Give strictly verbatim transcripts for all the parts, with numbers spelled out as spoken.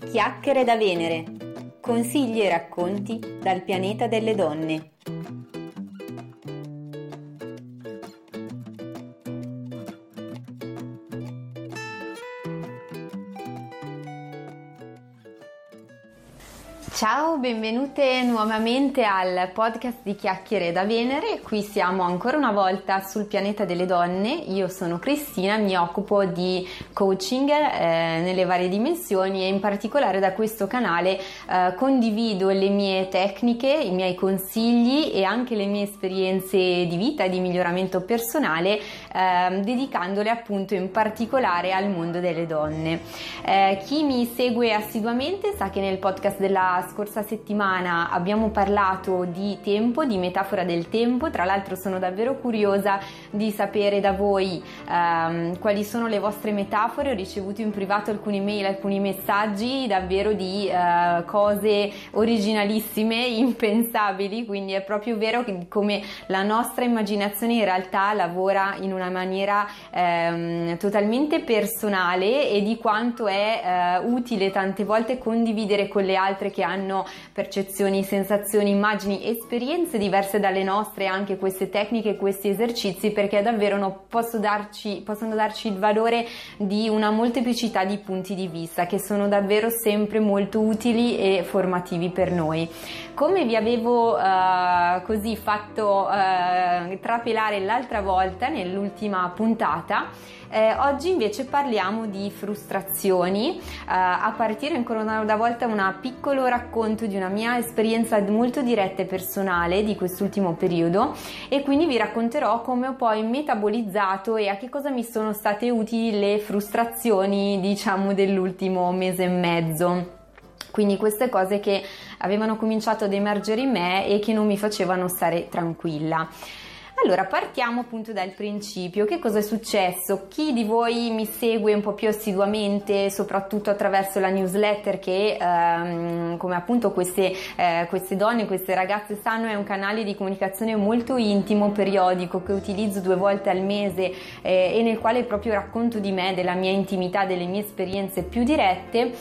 Chiacchiere da Venere. Consigli e racconti dal pianeta delle donne. Ciao, benvenute nuovamente al podcast di Chiacchiere da Venere. Qui siamo ancora una volta sul pianeta delle donne. Io sono Cristina, mi occupo di coaching eh, nelle varie dimensioni e in particolare da questo canale eh, condivido le mie tecniche, i miei consigli e anche le mie esperienze di vita e di miglioramento personale, eh, dedicandole appunto in particolare al mondo delle donne. Eh, chi mi segue assiduamente sa che nel podcast della scorsa settimana abbiamo parlato di tempo, di metafora del tempo. Tra l'altro sono davvero curiosa di sapere da voi ehm, quali sono le vostre metafore. Ho ricevuto in privato alcune mail, alcuni messaggi davvero di eh, cose originalissime, impensabili, quindi è proprio vero che come la nostra immaginazione in realtà lavora in una maniera ehm, totalmente personale e di quanto è eh, utile tante volte condividere con le altre che hanno percezioni, sensazioni, immagini, esperienze diverse dalle nostre anche queste tecniche, questi esercizi, perché davvero no, posso darci, possono darci il valore di una molteplicità di punti di vista che sono davvero sempre molto utili e formativi per noi. Come vi avevo uh, così fatto uh, trapelare l'altra volta nell'ultima puntata, Eh, oggi invece parliamo di frustrazioni, eh, a partire ancora una volta da un piccolo racconto di una mia esperienza molto diretta e personale di quest'ultimo periodo, e quindi vi racconterò come ho poi metabolizzato e a che cosa mi sono state utili le frustrazioni, diciamo, dell'ultimo mese e mezzo. Quindi queste cose che avevano cominciato ad emergere in me e che non mi facevano stare tranquilla. Allora, partiamo appunto dal principio. Che cosa è successo? Chi di voi mi segue un po' più assiduamente, soprattutto attraverso la newsletter che, ehm, come appunto queste, eh, queste donne, queste ragazze sanno, è un canale di comunicazione molto intimo, periodico, che utilizzo due volte al mese eh, e nel quale proprio racconto di me, della mia intimità, delle mie esperienze più dirette.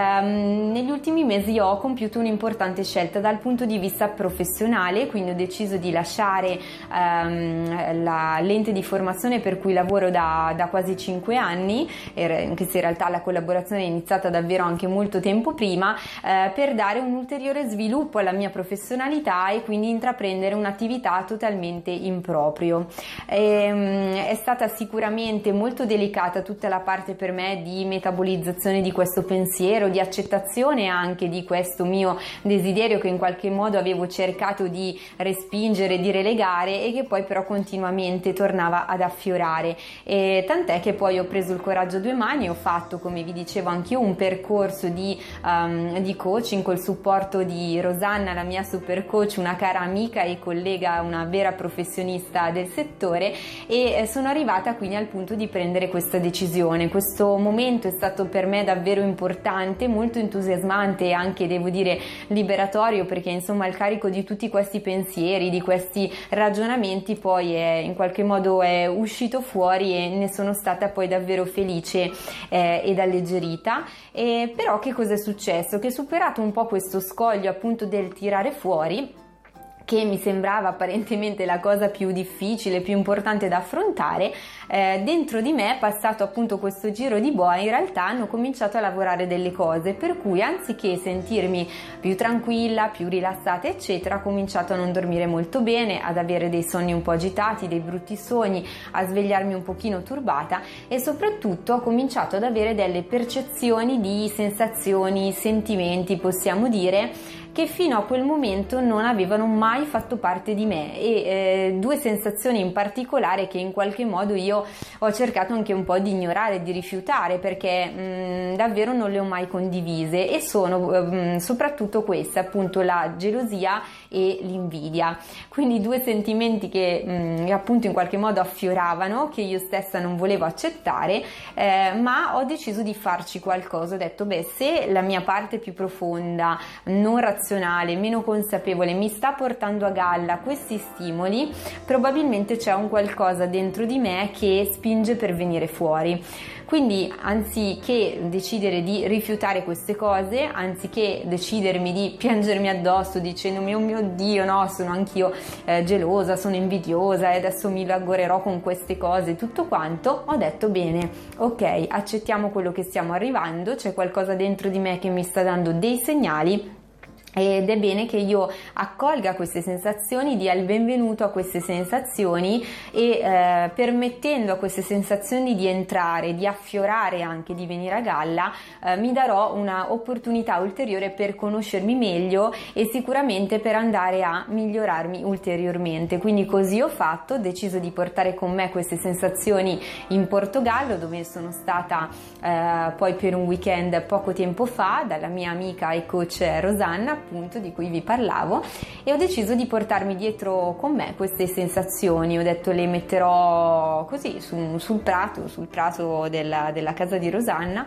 Ehm, negli ultimi mesi ho compiuto un'importante scelta dal punto di vista professionale, quindi ho deciso di lasciare ehm, la lente di formazione per cui lavoro da, da quasi cinque anni, anche se in realtà la collaborazione è iniziata davvero anche molto tempo prima, eh, per dare un ulteriore sviluppo alla mia professionalità e quindi intraprendere un'attività totalmente in proprio. E, è stata sicuramente molto delicata tutta la parte per me di metabolizzazione di questo pensiero, di accettazione anche di questo mio desiderio che in qualche modo avevo cercato di respingere, di relegare e che poi però continuamente tornava ad affiorare, e tant'è che poi ho preso il coraggio a due mani e ho fatto, come vi dicevo anch'io, un percorso di, um, di coaching col supporto di Rosanna, la mia super coach, una cara amica e collega, una vera professionista del settore, e sono arrivata quindi al punto di prendere questa decisione. Questo momento è stato per me davvero importante, molto entusiasmante e anche, devo dire, liberatorio, perché insomma il carico di tutti questi pensieri, di questi ragionamenti poi è, in qualche modo è uscito fuori e ne sono stata poi davvero felice eh, ed alleggerita. E però che cosa è successo? Che superato un po' questo scoglio appunto del tirare fuori, che mi sembrava apparentemente la cosa più difficile, più importante da affrontare, eh, dentro di me, passato appunto questo giro di boa, in realtà hanno cominciato a lavorare delle cose, per cui anziché sentirmi più tranquilla, più rilassata eccetera, ho cominciato a non dormire molto bene, ad avere dei sogni un po' agitati, dei brutti sogni, a svegliarmi un pochino turbata, e soprattutto ho cominciato ad avere delle percezioni di sensazioni, sentimenti, possiamo dire, che fino a quel momento non avevano mai fatto parte di me, e eh, due sensazioni in particolare che in qualche modo io ho cercato anche un po' di ignorare, di rifiutare, perché mh, davvero non le ho mai condivise, e sono mh, soprattutto queste, appunto la gelosia e l'invidia. Quindi due sentimenti che mh, appunto in qualche modo affioravano, che io stessa non volevo accettare, eh, ma ho deciso di farci qualcosa. Ho detto, beh, se la mia parte più profonda, non razionale, razionale, meno consapevole, mi sta portando a galla questi stimoli, probabilmente c'è un qualcosa dentro di me che spinge per venire fuori. Quindi anziché decidere di rifiutare queste cose, anziché decidermi di piangermi addosso dicendomi oh mio Dio no, sono anch'io eh, gelosa, sono invidiosa e adesso mi lagorerò con queste cose, tutto quanto, ho detto bene, ok, accettiamo quello che stiamo arrivando, c'è qualcosa dentro di me che mi sta dando dei segnali ed è bene che io accolga queste sensazioni, dia il benvenuto a queste sensazioni e eh, permettendo a queste sensazioni di entrare, di affiorare anche, di venire a galla, eh, mi darò una opportunità ulteriore per conoscermi meglio e sicuramente per andare a migliorarmi ulteriormente. Quindi così ho fatto, ho deciso di portare con me queste sensazioni in Portogallo, dove sono stata eh, poi per un weekend poco tempo fa dalla mia amica e coach Rosanna, appunto, di cui vi parlavo, e ho deciso di portarmi dietro con me queste sensazioni. Ho detto le metterò così su, sul prato sul prato della, della casa di Rosanna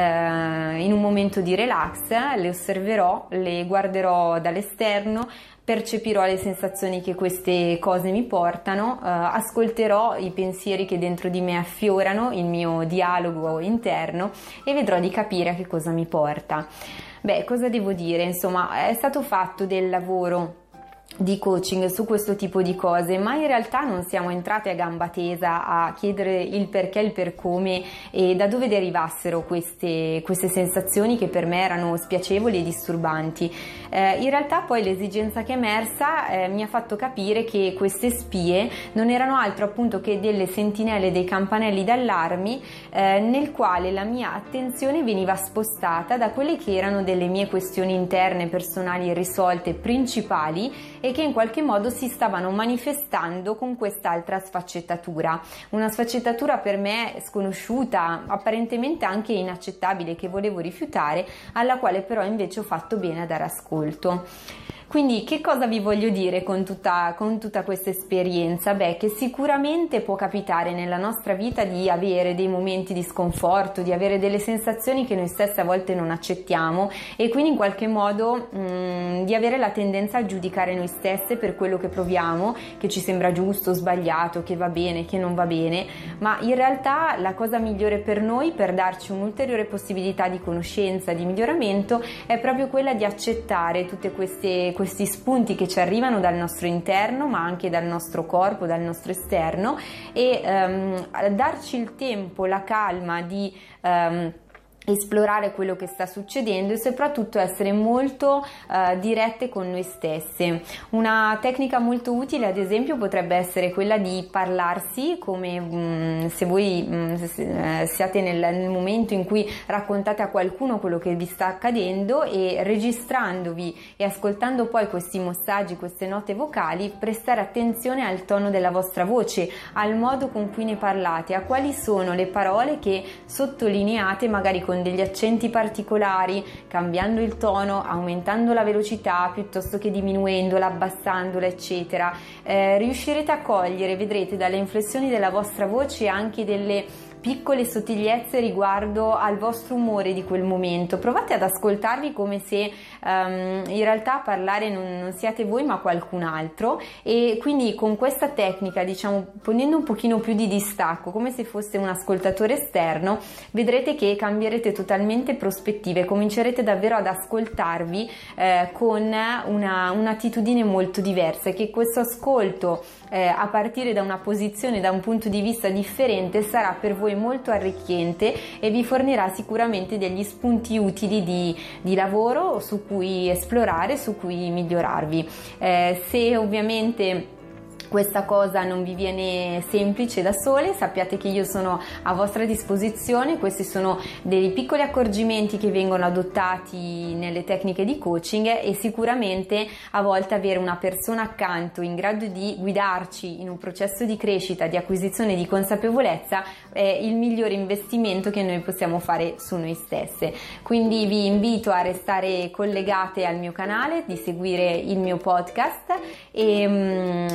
eh, in un momento di relax, le osserverò, le guarderò dall'esterno, percepirò le sensazioni che queste cose mi portano, eh, ascolterò i pensieri che dentro di me affiorano, il mio dialogo interno, e vedrò di capire a che cosa mi porta. Beh, cosa devo dire? Insomma, è stato fatto del lavoro di coaching su questo tipo di cose, ma in realtà non siamo entrate a gamba tesa a chiedere il perché, il per come e da dove derivassero queste, queste sensazioni che per me erano spiacevoli e disturbanti. Eh, in realtà poi l'esigenza che è emersa eh, mi ha fatto capire che queste spie non erano altro appunto che delle sentinelle, dei campanelli d'allarmi eh, nel quale la mia attenzione veniva spostata da quelle che erano delle mie questioni interne, personali irrisolte, principali, e che in qualche modo si stavano manifestando con quest'altra sfaccettatura, una sfaccettatura per me sconosciuta, apparentemente anche inaccettabile, che volevo rifiutare, alla quale però invece ho fatto bene a dare ascolto. Quindi che cosa vi voglio dire con tutta, con tutta questa esperienza? Beh, che sicuramente può capitare nella nostra vita di avere dei momenti di sconforto, di avere delle sensazioni che noi stesse a volte non accettiamo e quindi in qualche modo mh, di avere la tendenza a giudicare noi stesse per quello che proviamo, che ci sembra giusto, sbagliato, che va bene, che non va bene, ma in realtà la cosa migliore per noi, per darci un'ulteriore possibilità di conoscenza, di miglioramento, è proprio quella di accettare tutte queste questi spunti che ci arrivano dal nostro interno ma anche dal nostro corpo, dal nostro esterno, e um, darci il tempo, la calma di um, esplorare quello che sta succedendo e soprattutto essere molto uh, dirette con noi stesse. Una tecnica molto utile ad esempio potrebbe essere quella di parlarsi come mh, se voi mh, se, eh, siate nel, nel momento in cui raccontate a qualcuno quello che vi sta accadendo e registrandovi e ascoltando poi questi messaggi, queste note vocali, prestare attenzione al tono della vostra voce, al modo con cui ne parlate, a quali sono le parole che sottolineate magari con degli accenti particolari, cambiando il tono, aumentando la velocità piuttosto che diminuendola, abbassandola, eccetera. Eh, riuscirete a cogliere, vedrete, dalle inflessioni della vostra voce anche delle piccole sottigliezze riguardo al vostro umore di quel momento. Provate ad ascoltarvi come se um, in realtà a parlare non, non siate voi ma qualcun altro, e quindi con questa tecnica, diciamo, ponendo un pochino più di distacco come se foste un ascoltatore esterno, vedrete che cambierete totalmente prospettive, comincerete davvero ad ascoltarvi eh, con una, un'attitudine molto diversa, e che questo ascolto eh, a partire da una posizione, da un punto di vista differente, sarà per voi molto arricchente e vi fornirà sicuramente degli spunti utili di, di lavoro su cui esplorare, su cui migliorarvi. Eh, se ovviamente questa cosa non vi viene semplice da sole, sappiate che io sono a vostra disposizione. Questi sono dei piccoli accorgimenti che vengono adottati nelle tecniche di coaching, e sicuramente a volte avere una persona accanto in grado di guidarci in un processo di crescita, di acquisizione di consapevolezza, è il migliore investimento che noi possiamo fare su noi stesse. Quindi vi invito a restare collegate al mio canale, di seguire il mio podcast e mh, ricordate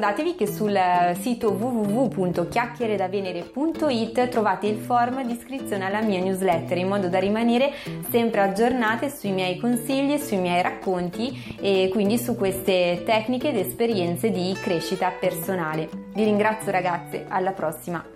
ricordatevi che sul sito w w w punto chiacchiere da venere punto i t trovate il form di iscrizione alla mia newsletter, in modo da rimanere sempre aggiornate sui miei consigli, sui miei racconti e quindi su queste tecniche ed esperienze di crescita personale. Vi ringrazio ragazze, alla prossima!